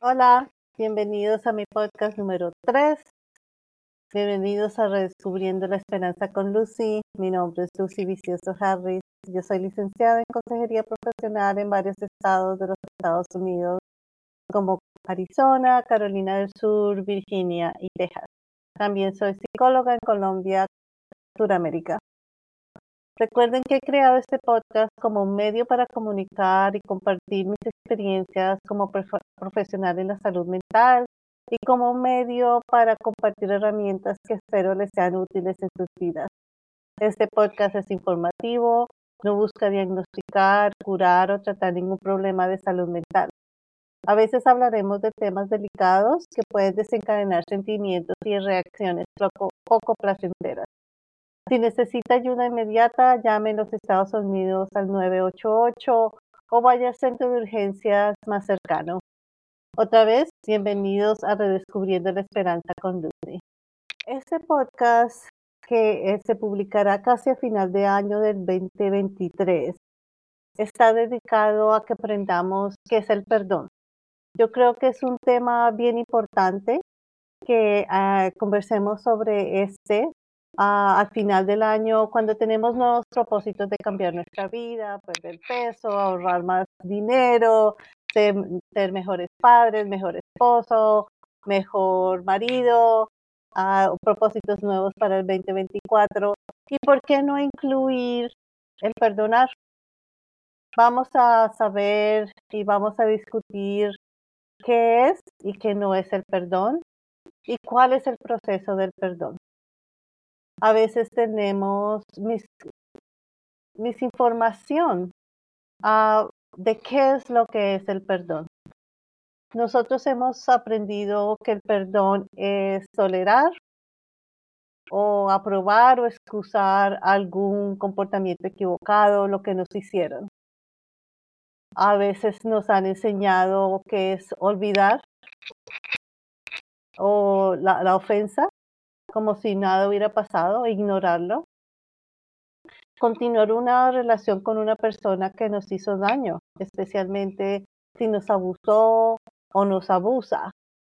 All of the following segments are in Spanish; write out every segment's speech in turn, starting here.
Hola, bienvenidos a mi podcast número 3. Bienvenidos a Redescubriendo la Esperanza con Lucy. Mi nombre es Lucy Vicioso Harris. Yo soy licenciada en consejería profesional en varios estados de los Estados Unidos, como Arizona, Carolina del Sur, Virginia y Texas. También soy psicóloga en Colombia, Suramérica. Recuerden que he creado este podcast como un medio para comunicar y compartir mis experiencias como profesional en la salud mental y como un medio para compartir herramientas que espero les sean útiles en sus vidas. Este podcast es informativo, no busca diagnosticar, curar o tratar ningún problema de salud mental. A veces hablaremos de temas delicados que pueden desencadenar sentimientos y reacciones poco placenteras. Si necesita ayuda inmediata, llame en los Estados Unidos al 988 o vaya al centro de urgencias más cercano. Otra vez, bienvenidos a Redescubriendo la Esperanza con Lucy. Este podcast que se publicará casi a final de año del 2023 está dedicado a que aprendamos qué es el perdón. Yo creo que es un tema bien importante que conversemos sobre al final del año, cuando tenemos nuevos propósitos de cambiar nuestra vida, perder peso, ahorrar más dinero, ser mejores padres, mejor esposo, mejor marido, propósitos nuevos para el 2024. ¿Y por qué no incluir el perdonar? Vamos a saber y vamos a discutir qué es y qué no es el perdón y cuál es el proceso del perdón. A veces tenemos misinformación de qué es lo que es el perdón. Nosotros hemos aprendido que el perdón es tolerar o aprobar o excusar algún comportamiento equivocado, lo que nos hicieron. A veces nos han enseñado que es olvidar o la ofensa, como si nada hubiera pasado, ignorarlo. Continuar una relación con una persona que nos hizo daño, especialmente si nos abusó o nos abusa.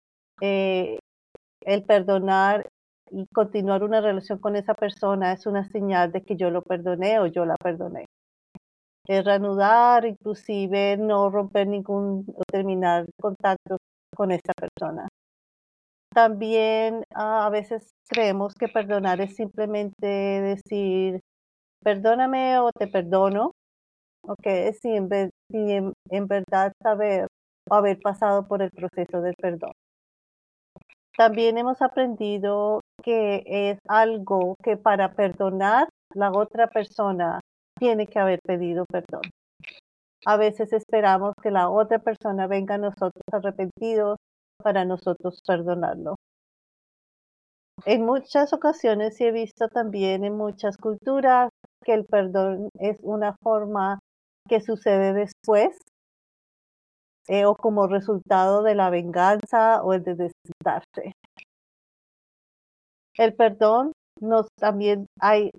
El perdonar y continuar una relación con esa persona es una señal de que yo lo perdoné o yo la perdoné. Reanudar, inclusive no romper o terminar contacto con esa persona. También a veces creemos que perdonar es simplemente decir, perdóname o te perdono, ok, en verdad saber o haber pasado por el proceso del perdón. También hemos aprendido que es algo que para perdonar la otra persona tiene que haber pedido perdón. A veces esperamos que la otra persona venga a nosotros arrepentidos para nosotros perdonarlo. En muchas ocasiones he visto también en muchas culturas que el perdón es una forma que sucede después o como resultado de la venganza o el de desquitarse. El perdón también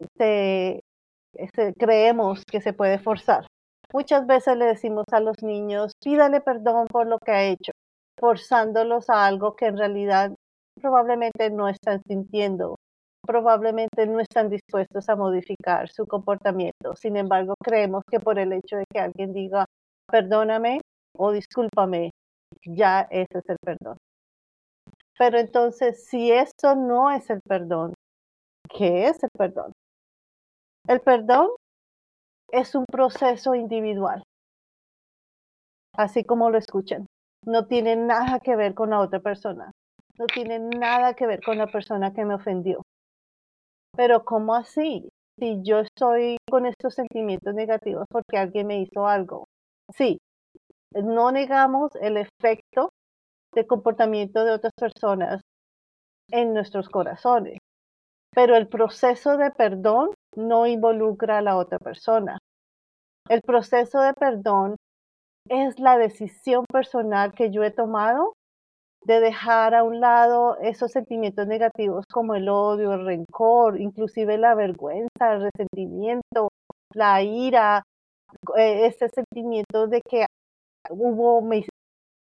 creemos que se puede forzar. Muchas veces le decimos a los niños, pídale perdón por lo que ha hecho, forzándolos a algo que en realidad probablemente no están sintiendo, probablemente no están dispuestos a modificar su comportamiento. Sin embargo, creemos que por el hecho de que alguien diga, perdóname o discúlpame, ya ese es el perdón. Pero entonces, si esto no es el perdón, ¿qué es el perdón? El perdón es un proceso individual, así como lo escuchan. No tiene nada que ver con la otra persona. No tiene nada que ver con la persona que me ofendió. Pero ¿cómo así? Si yo estoy con estos sentimientos negativos porque alguien me hizo algo. Sí, no negamos el efecto de comportamiento de otras personas en nuestros corazones, pero el proceso de perdón no involucra a la otra persona. El proceso de perdón es la decisión personal que yo he tomado de dejar a un lado esos sentimientos negativos como el odio, el rencor, inclusive la vergüenza, el resentimiento, la ira, ese sentimiento de que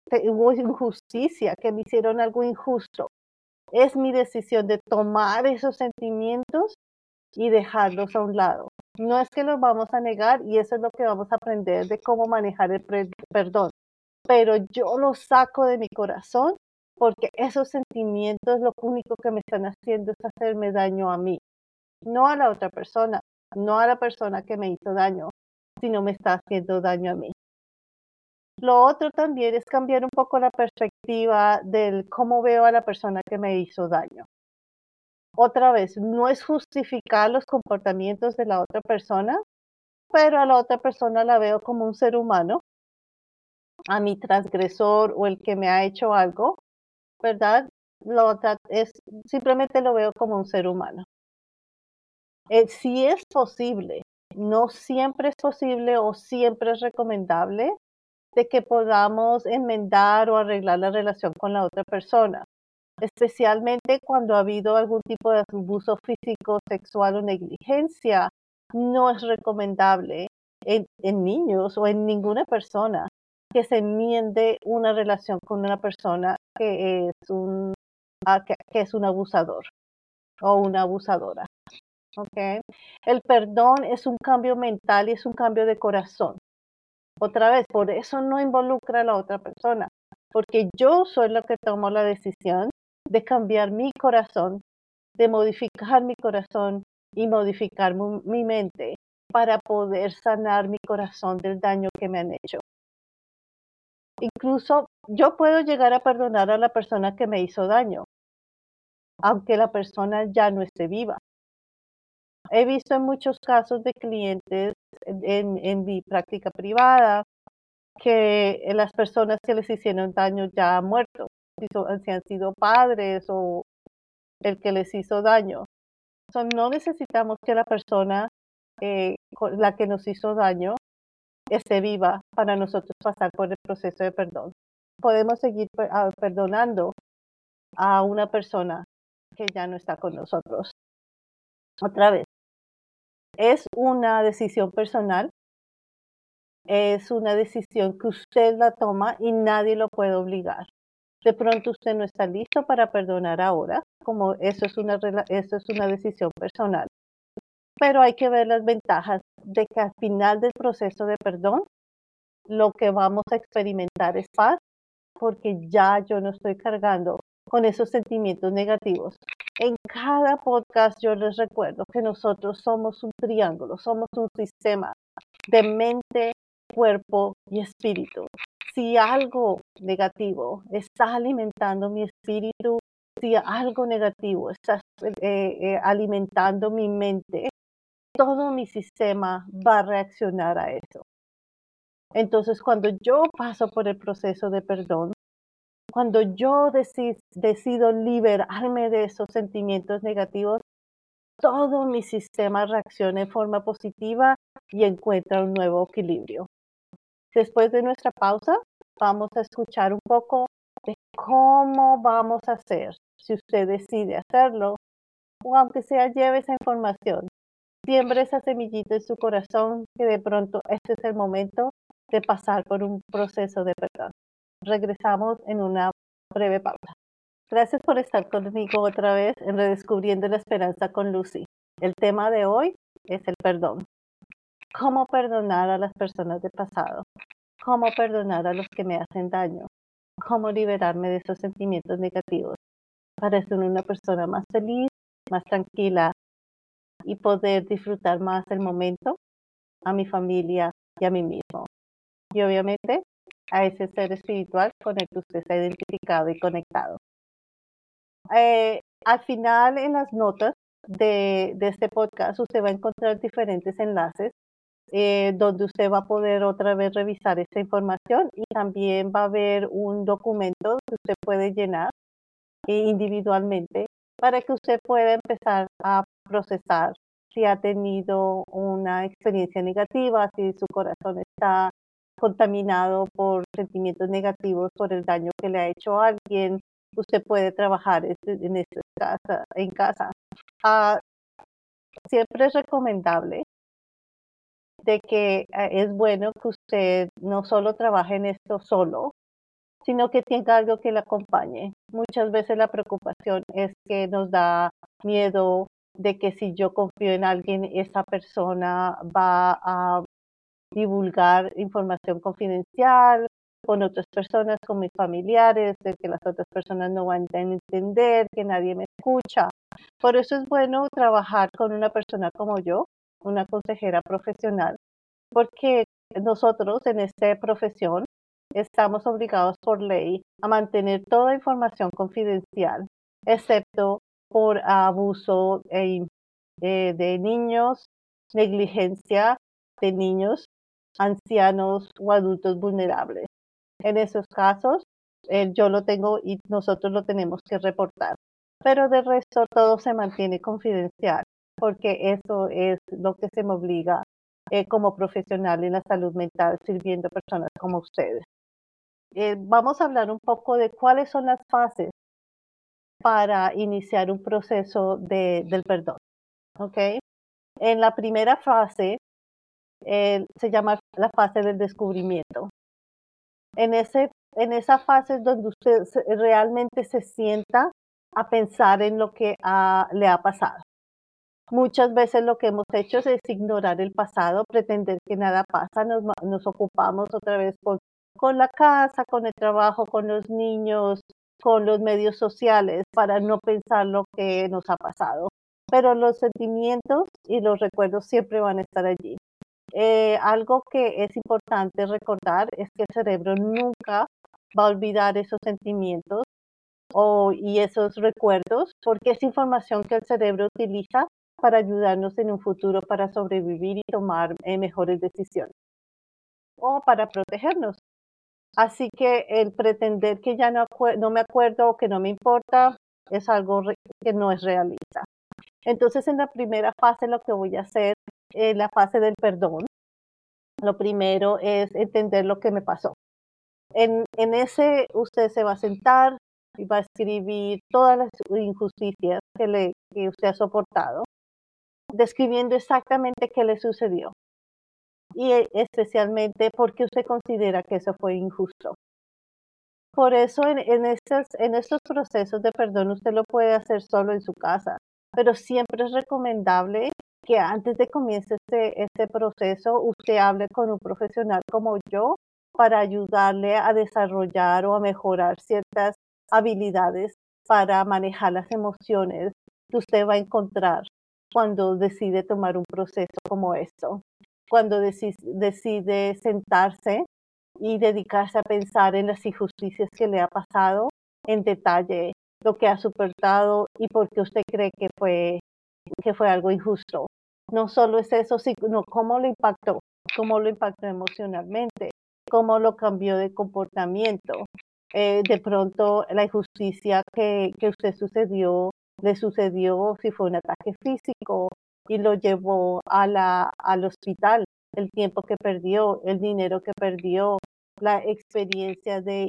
hubo injusticia, que me hicieron algo injusto. Es mi decisión de tomar esos sentimientos y dejarlos a un lado. No es que los vamos a negar y eso es lo que vamos a aprender de cómo manejar el perdón, pero yo los saco de mi corazón porque esos sentimientos lo único que me están haciendo es hacerme daño a mí, no a la otra persona, no a la persona que me hizo daño, sino me está haciendo daño a mí. Lo otro también es cambiar un poco la perspectiva del cómo veo a la persona que me hizo daño. Otra vez, no es justificar los comportamientos de la otra persona, pero a la otra persona la veo como un ser humano, a mi transgresor o el que me ha hecho algo, ¿verdad? Simplemente lo veo como un ser humano. Sí es posible, no siempre es posible o siempre es recomendable de que podamos enmendar o arreglar la relación con la otra persona, especialmente cuando ha habido algún tipo de abuso físico, sexual o negligencia. No es recomendable en niños o en ninguna persona que se enmiende una relación con una persona que es un abusador o una abusadora. ¿Ok? El perdón es un cambio mental y es un cambio de corazón. Otra vez, por eso no involucra a la otra persona, porque yo soy la que tomo la decisión de cambiar mi corazón, de modificar mi corazón y modificar mi mente para poder sanar mi corazón del daño que me han hecho. Incluso yo puedo llegar a perdonar a la persona que me hizo daño, aunque la persona ya no esté viva. He visto en muchos casos de clientes en mi práctica privada que las personas que les hicieron daño ya han muerto, si han sido padres o el que les hizo daño. No necesitamos que la persona la que nos hizo daño esté viva para nosotros pasar por el proceso de perdón. Podemos seguir perdonando a una persona que ya no está con nosotros. Otra vez, es una decisión personal, es una decisión que usted la toma y nadie lo puede obligar. De pronto usted no está listo para perdonar ahora, como eso es una decisión personal. Pero hay que ver las ventajas de que al final del proceso de perdón, lo que vamos a experimentar es paz, porque ya yo no estoy cargando con esos sentimientos negativos. En cada podcast yo les recuerdo que nosotros somos un triángulo, somos un sistema de mente, cuerpo y espíritu. Si algo negativo está alimentando mi espíritu, si algo negativo está alimentando mi mente, todo mi sistema va a reaccionar a eso. Entonces, cuando yo paso por el proceso de perdón, cuando yo decido liberarme de esos sentimientos negativos, todo mi sistema reacciona en forma positiva y encuentra un nuevo equilibrio. Después de nuestra pausa, vamos a escuchar un poco de cómo vamos a hacer, si usted decide hacerlo, o aunque sea lleve esa información, siembre esa semillita en su corazón que de pronto este es el momento de pasar por un proceso de perdón. Regresamos en una breve pausa. Gracias por estar conmigo otra vez en Redescubriendo la Esperanza con Lucy. El tema de hoy es el perdón. ¿Cómo perdonar a las personas del pasado? ¿Cómo perdonar a los que me hacen daño? ¿Cómo liberarme de esos sentimientos negativos para ser una persona más feliz, más tranquila y poder disfrutar más el momento, a mi familia y a mí mismo? Y obviamente a ese ser espiritual con el que usted está identificado y conectado. Al final, en las notas de este podcast, usted va a encontrar diferentes enlaces donde usted va a poder otra vez revisar esta información y también va a haber un documento que usted puede llenar individualmente para que usted pueda empezar a procesar si ha tenido una experiencia negativa, si su corazón está contaminado por sentimientos negativos por el daño que le ha hecho a alguien. Usted puede trabajar en casa. Siempre es recomendable de que es bueno que usted no solo trabaje en esto solo, sino que tenga algo que le acompañe. Muchas veces la preocupación es que nos da miedo de que si yo confío en alguien, esa persona va a divulgar información confidencial con otras personas, con mis familiares, de que las otras personas no van a entender, que nadie me escucha. Por eso es bueno trabajar con una persona como yo, una consejera profesional, porque nosotros en esta profesión estamos obligados por ley a mantener toda información confidencial, excepto por abuso de niños, negligencia de niños, ancianos o adultos vulnerables. En esos casos, yo lo tengo y nosotros lo tenemos que reportar. Pero de resto todo se mantiene confidencial, porque eso es lo que se me obliga como profesional en la salud mental, sirviendo a personas como ustedes. Vamos a hablar un poco de cuáles son las fases para iniciar un proceso del perdón. ¿Ok? En la primera fase, se llama la fase del descubrimiento. En esa fase es donde usted realmente se sienta a pensar en lo que le ha pasado. Muchas veces lo que hemos hecho es ignorar el pasado, pretender que nada pasa, nos ocupamos otra vez con la casa, con el trabajo, con los niños, con los medios sociales, para no pensar lo que nos ha pasado. Pero los sentimientos y los recuerdos siempre van a estar allí. Algo que es importante recordar es que el cerebro nunca va a olvidar esos sentimientos y esos recuerdos, porque es información que el cerebro utiliza para ayudarnos en un futuro para sobrevivir y tomar mejores decisiones o para protegernos. Así que el pretender que ya no me acuerdo o que no me importa es algo que no es realista. Entonces, en la primera fase lo que voy a hacer, la fase del perdón, lo primero es entender lo que me pasó. En ese usted se va a sentar y va a escribir todas las injusticias que usted ha soportado, describiendo exactamente qué le sucedió y especialmente por qué usted considera que eso fue injusto. Por eso en estos procesos de perdón usted lo puede hacer solo en su casa, pero siempre es recomendable que antes de comience este proceso usted hable con un profesional como yo para ayudarle a desarrollar o a mejorar ciertas habilidades para manejar las emociones que usted va a encontrar cuando decide tomar un proceso como esto. Cuando decide sentarse y dedicarse a pensar en las injusticias que le ha pasado en detalle, lo que ha soportado y por qué usted cree que fue algo injusto. No solo es eso, sino cómo lo impactó emocionalmente, cómo lo cambió de comportamiento. De pronto la injusticia que usted le sucedió si fue un ataque físico y lo llevó al hospital, el tiempo que perdió, el dinero que perdió, la experiencia de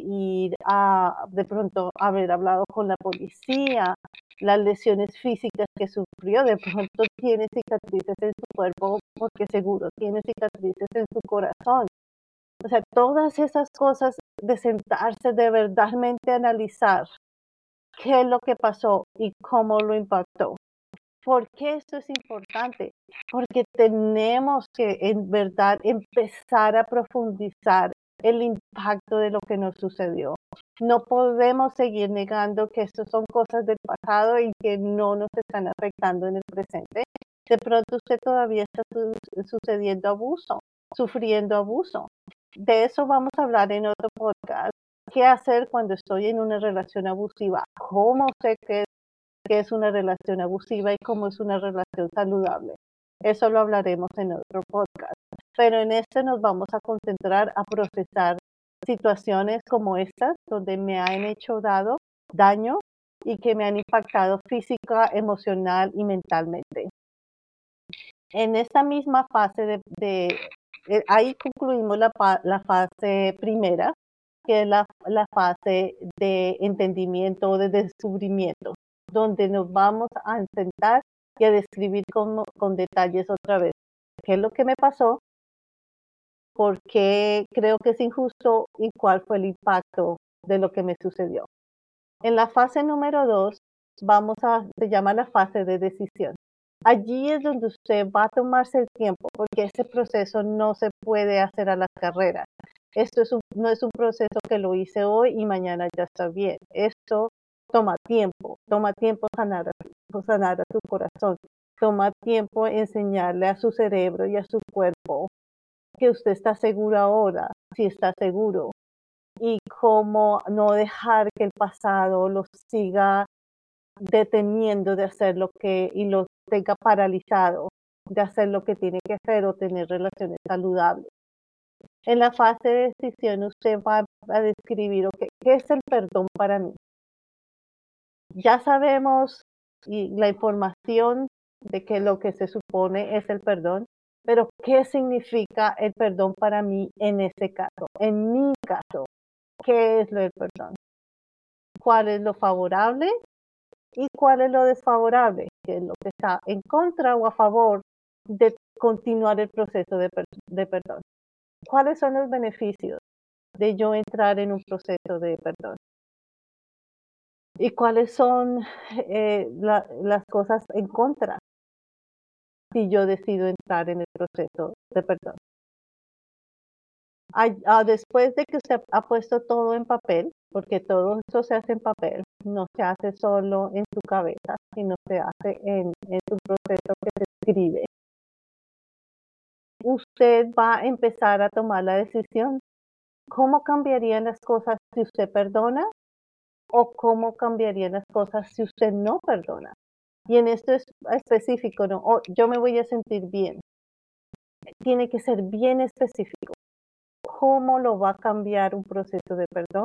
de pronto haber hablado con la policía, las lesiones físicas que sufrió, de pronto tiene cicatrices en su cuerpo porque seguro tiene cicatrices en su corazón. O sea, todas esas cosas de sentarse de verdaderamente analizar qué es lo que pasó y cómo lo impactó. ¿Por qué esto es importante? Porque tenemos que en verdad empezar a profundizar el impacto de lo que nos sucedió. No podemos seguir negando que estas son cosas del pasado y que no nos están afectando en el presente. De pronto usted todavía está sufriendo abuso. De eso vamos a hablar en otro podcast. ¿Qué hacer cuando estoy en una relación abusiva? ¿Cómo sé qué es una relación abusiva y cómo es una relación saludable? Eso lo hablaremos en otro podcast. Pero en este nos vamos a concentrar a procesar situaciones como estas, donde me han hecho daño y que me han impactado física, emocional y mentalmente. En esta misma fase ahí concluimos la fase primera, que es la fase de entendimiento o de descubrimiento, donde nos vamos a sentar y a describir con detalles otra vez qué es lo que me pasó, por qué creo que es injusto y cuál fue el impacto de lo que me sucedió. En la fase número 2, se llama la fase de decisión. Allí es donde usted va a tomarse el tiempo, porque ese proceso no se puede hacer a las carreras. No es un proceso que lo hice hoy y mañana ya está bien. Esto toma tiempo sanar a su corazón, toma tiempo enseñarle a su cerebro y a su cuerpo que usted está seguro ahora, si está seguro, y cómo no dejar que el pasado lo siga deteniendo de hacer y lo tenga paralizado de hacer lo que tiene que hacer o tener relaciones saludables. En la fase de decisión usted va a describir, ok, ¿qué es el perdón para mí? Ya sabemos la información de que lo que se supone es el perdón, pero ¿qué significa el perdón para mí en ese caso? En mi caso, ¿qué es lo del perdón? ¿Cuál es lo favorable y cuál es lo desfavorable? ¿Qué es lo que está en contra o a favor de continuar el proceso de perdón? ¿Cuáles son los beneficios de yo entrar en un proceso de perdón? ¿Y cuáles son las cosas en contra si yo decido entrar en el proceso de perdón? Después de que usted ha puesto todo en papel, porque todo esto se hace en papel, no se hace solo en su cabeza, sino se hace en su proceso que se escribe, usted va a empezar a tomar la decisión. ¿Cómo cambiarían las cosas si usted perdona o cómo cambiarían las cosas si usted no perdona? Y en esto es específico, ¿no? Yo me voy a sentir bien. Tiene que ser bien específico. ¿Cómo lo va a cambiar un proceso de perdón?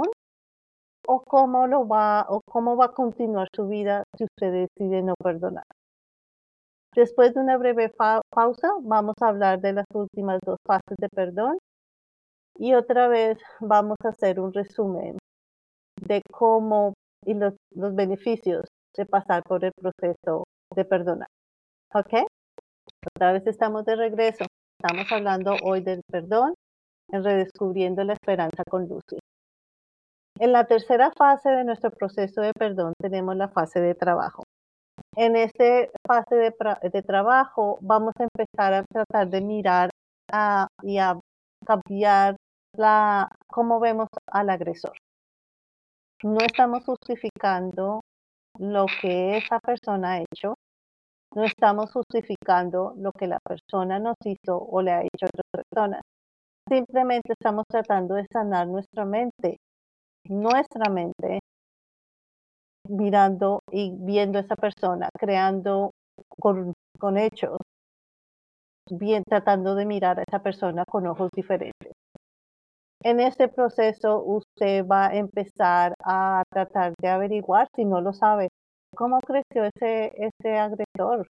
¿O cómo va a continuar su vida si usted decide no perdonar? Después de una breve pausa, vamos a hablar de las últimas dos fases de perdón y otra vez vamos a hacer un resumen de cómo y los beneficios de pasar por el proceso de perdonar. ¿Ok? Otra vez estamos de regreso. Estamos hablando hoy del perdón en Redescubriendo la Esperanza con Lucy. En la tercera fase de nuestro proceso de perdón tenemos la fase de trabajo. En esta fase de trabajo vamos a empezar a tratar de mirar y a cambiar cómo vemos al agresor. No estamos justificando lo que esa persona ha hecho, no estamos justificando lo que la persona nos hizo o le ha hecho a otras personas. Simplemente estamos tratando de sanar nuestra mente, mirando y viendo a esa persona, creando con hechos, tratando de mirar a esa persona con ojos diferentes. En este proceso usted va a empezar a tratar de averiguar, si no lo sabe, cómo creció ese agresor,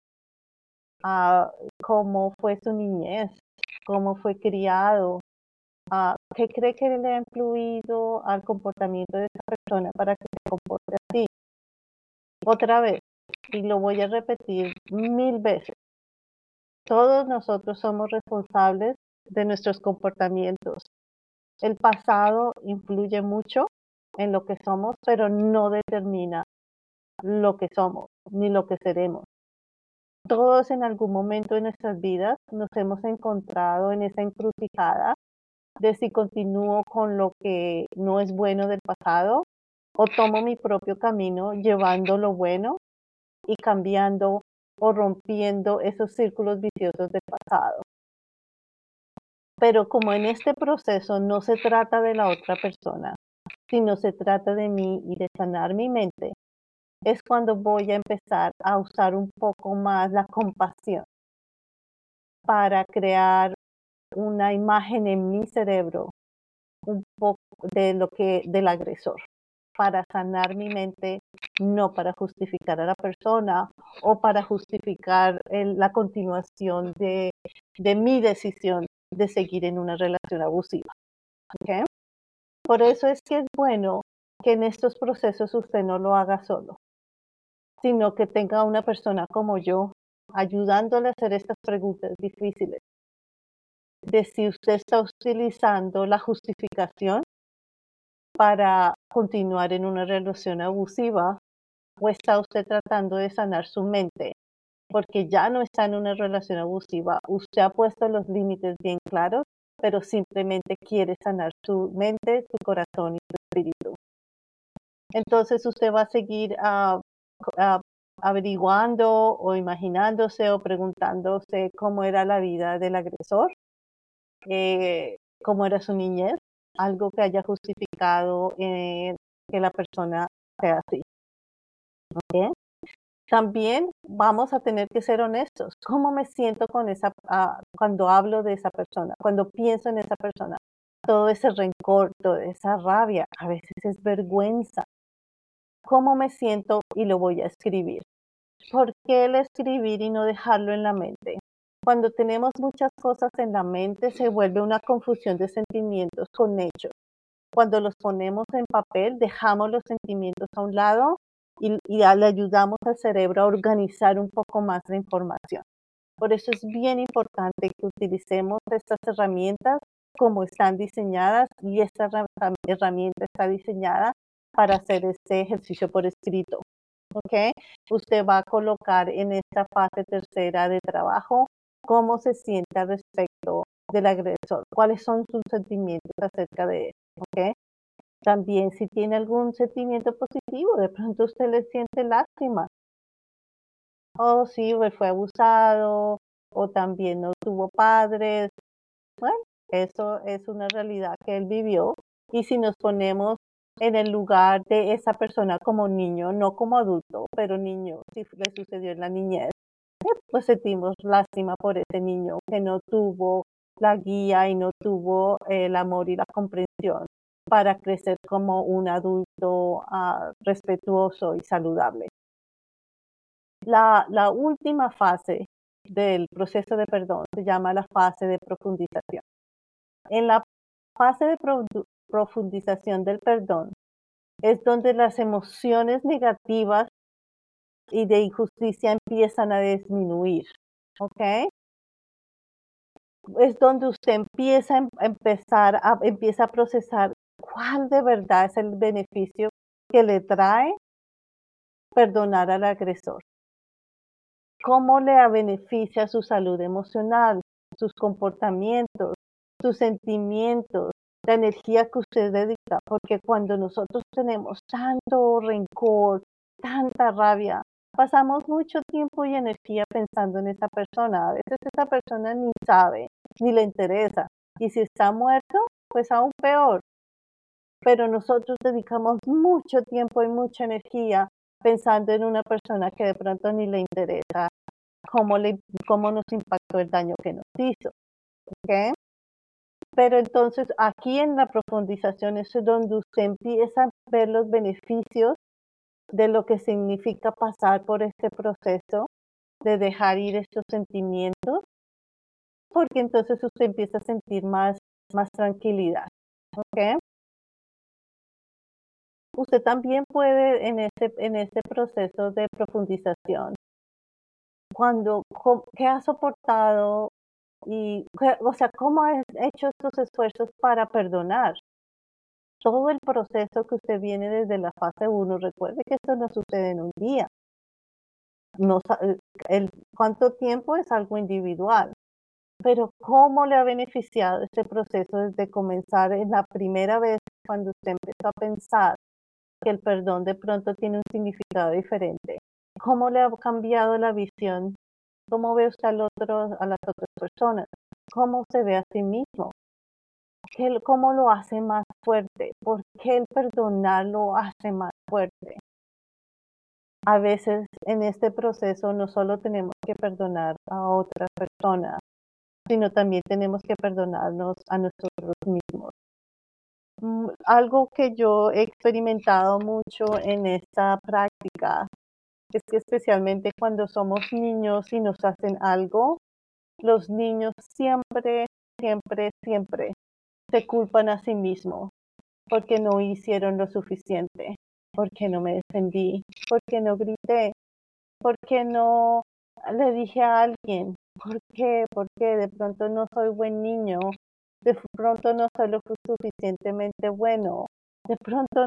cómo fue su niñez, cómo fue criado, qué cree que le ha influido al comportamiento de esa persona para que se comporte así. Otra vez, y lo voy a repetir 1000 veces, todos nosotros somos responsables de nuestros comportamientos. El pasado influye mucho en lo que somos, pero no determina lo que somos ni lo que seremos. Todos en algún momento de nuestras vidas nos hemos encontrado en esa encrucijada de si continúo con lo que no es bueno del pasado o tomo mi propio camino llevando lo bueno y cambiando o rompiendo esos círculos viciosos del pasado. Pero como en este proceso no se trata de la otra persona, sino se trata de mí y de sanar mi mente, es cuando voy a empezar a usar un poco más la compasión para crear una imagen en mi cerebro un poco del agresor, para sanar mi mente, no para justificar a la persona o para justificar la continuación de mi decisión de seguir en una relación abusiva. ¿Ok? Por eso es que es bueno que en estos procesos usted no lo haga solo, sino que tenga una persona como yo ayudándole a hacer estas preguntas difíciles de si usted está utilizando la justificación para continuar en una relación abusiva o está usted tratando de sanar su mente? Porque ya no está en una relación abusiva, usted ha puesto los límites bien claros, pero simplemente quiere sanar su mente, su corazón y su espíritu. Entonces usted va a seguir ah, averiguando o imaginándose o preguntándose cómo era la vida del agresor, cómo era su niñez, algo que haya justificado que la persona sea así. ¿Ok? También vamos a tener que ser honestos. ¿Cómo me siento con cuando hablo de esa persona, cuando pienso en esa persona? Todo ese rencor, toda esa rabia, a veces es vergüenza. ¿Cómo me siento? Y lo voy a escribir. ¿Por qué el escribir y no dejarlo en la mente? Cuando tenemos muchas cosas en la mente se vuelve una confusión de sentimientos con hechos. Cuando los ponemos en papel, dejamos los sentimientos a un lado y le ayudamos al cerebro a organizar un poco más la información. Por eso es bien importante que utilicemos estas herramientas como están diseñadas y esta herramienta está diseñada para hacer este ejercicio por escrito. ¿Ok? Usted va a colocar en esta fase tercera de trabajo cómo se siente al respecto del agresor, cuáles son sus sentimientos acerca de él. ¿Ok? También si tiene algún sentimiento positivo, de pronto usted le siente lástima. Oh, sí, él fue abusado, o también no tuvo padres. Bueno, eso es una realidad que él vivió. Y si nos ponemos en el lugar de esa persona como niño, no como adulto, pero niño, si le sucedió en la niñez, pues sentimos lástima por ese niño que no tuvo la guía y no tuvo el amor y la comprensión para crecer como un adulto respetuoso y saludable. La última fase del proceso de perdón se llama la fase de profundización. En la fase de profundización del perdón es donde las emociones negativas y de injusticia empiezan a disminuir, ¿ok? Es donde usted empieza a procesar cuál de verdad es el beneficio que le trae perdonar al agresor. Cómo le beneficia su salud emocional, sus comportamientos, sus sentimientos, la energía que usted dedica, porque cuando nosotros tenemos tanto rencor, tanta rabia, pasamos mucho tiempo y energía pensando en esa persona. A veces esa persona ni sabe, ni le interesa. Y si está muerto, pues aún peor. Pero nosotros dedicamos mucho tiempo y mucha energía pensando en una persona que de pronto ni le interesa cómo, cómo nos impactó el daño que nos hizo. ¿Ok? Pero entonces aquí en la profundización es donde usted empieza a ver los beneficios de lo que significa pasar por este proceso de dejar ir estos sentimientos, porque entonces usted empieza a sentir más tranquilidad. ¿Ok? Usted también puede en este proceso de profundización, ¿qué ha soportado y, o sea, cómo ha hecho estos esfuerzos para perdonar? Todo el proceso que usted viene desde la fase uno, recuerde que esto no sucede en un día. No, cuánto tiempo es algo individual, pero cómo le ha beneficiado este proceso desde comenzar en la primera vez cuando usted empezó a pensar que el perdón de pronto tiene un significado diferente. ¿Cómo le ha cambiado la visión? ¿Cómo ve usted a las otras personas? ¿Cómo se ve a sí mismo? ¿Cómo lo hace más fuerte? ¿Por qué el perdonar lo hace más fuerte? A veces en este proceso no solo tenemos que perdonar a otras personas, sino también tenemos que perdonarnos a nosotros mismos. Algo que yo he experimentado mucho en esta práctica es que especialmente cuando somos niños y nos hacen algo, los niños siempre, siempre, siempre se culpan a sí mismos porque no hicieron lo suficiente, porque no me defendí, porque no grité, porque no le dije a alguien, ¿por qué? Porque de pronto no soy buen niño, de pronto no soy lo suficientemente bueno, De pronto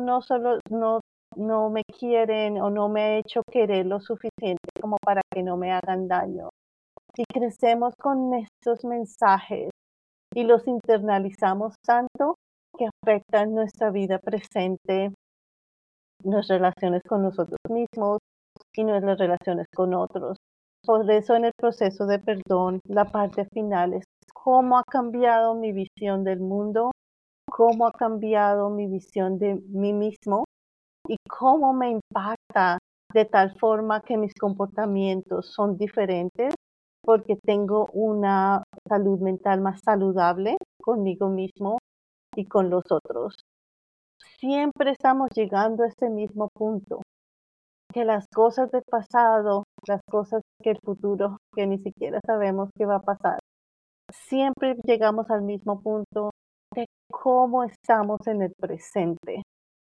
no me quieren o no me he hecho querer lo suficiente como para que no me hagan daño. Y crecemos con estos mensajes y los internalizamos tanto que afectan nuestra vida presente, nuestras relaciones con nosotros mismos y nuestras relaciones con otros. Por eso en el proceso de perdón, la parte final es cómo ha cambiado mi visión del mundo, cómo ha cambiado mi visión de mí mismo y cómo me impacta de tal forma que mis comportamientos son diferentes porque tengo una salud mental más saludable conmigo mismo y con los otros. Siempre estamos llegando a ese mismo punto, que las cosas del pasado, las cosas que el futuro, que ni siquiera sabemos qué va a pasar, siempre llegamos al mismo punto de cómo estamos en el presente,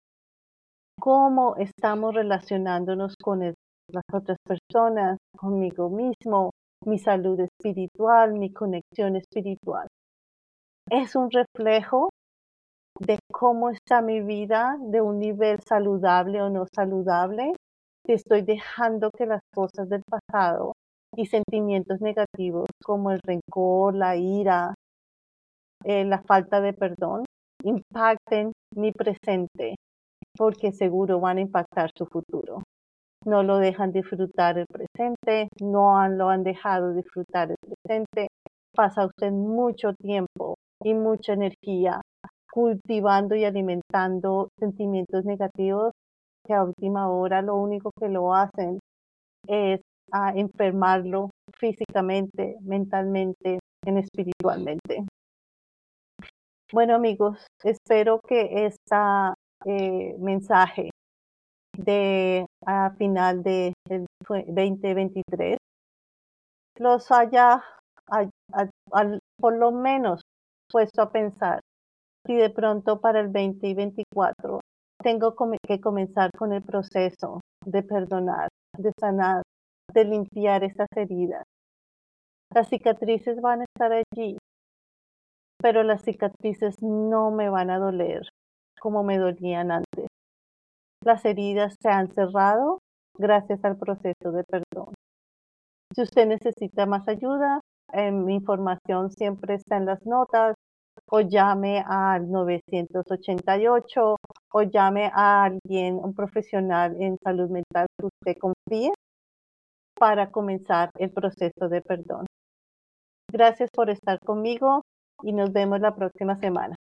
cómo estamos relacionándonos con las otras personas, conmigo mismo, mi salud espiritual, mi conexión espiritual. Es un reflejo de cómo está mi vida, de un nivel saludable o no saludable, si estoy dejando que las cosas del pasado y sentimientos negativos como el rencor, la ira, la falta de perdón, impacten mi presente, porque seguro van a impactar su futuro. No lo dejan disfrutar el presente, lo han dejado disfrutar el presente. Pasa usted mucho tiempo y mucha energía cultivando y alimentando sentimientos negativos que a última hora lo único que lo hacen es enfermarlo físicamente, mentalmente, espiritualmente. Bueno amigos, espero que este mensaje de a final del 2023 los haya por lo menos puesto a pensar si de pronto para el 2024 tengo que comenzar con el proceso de perdonar, de sanar, de limpiar esas heridas. Las cicatrices van a estar allí, pero las cicatrices no me van a doler como me dolían antes. Las heridas se han cerrado gracias al proceso de perdón. Si usted necesita más ayuda, mi información siempre está en las notas, o llame al 988 o llame a alguien, un profesional en salud mental que usted confíe para comenzar el proceso de perdón. Gracias por estar conmigo y nos vemos la próxima semana.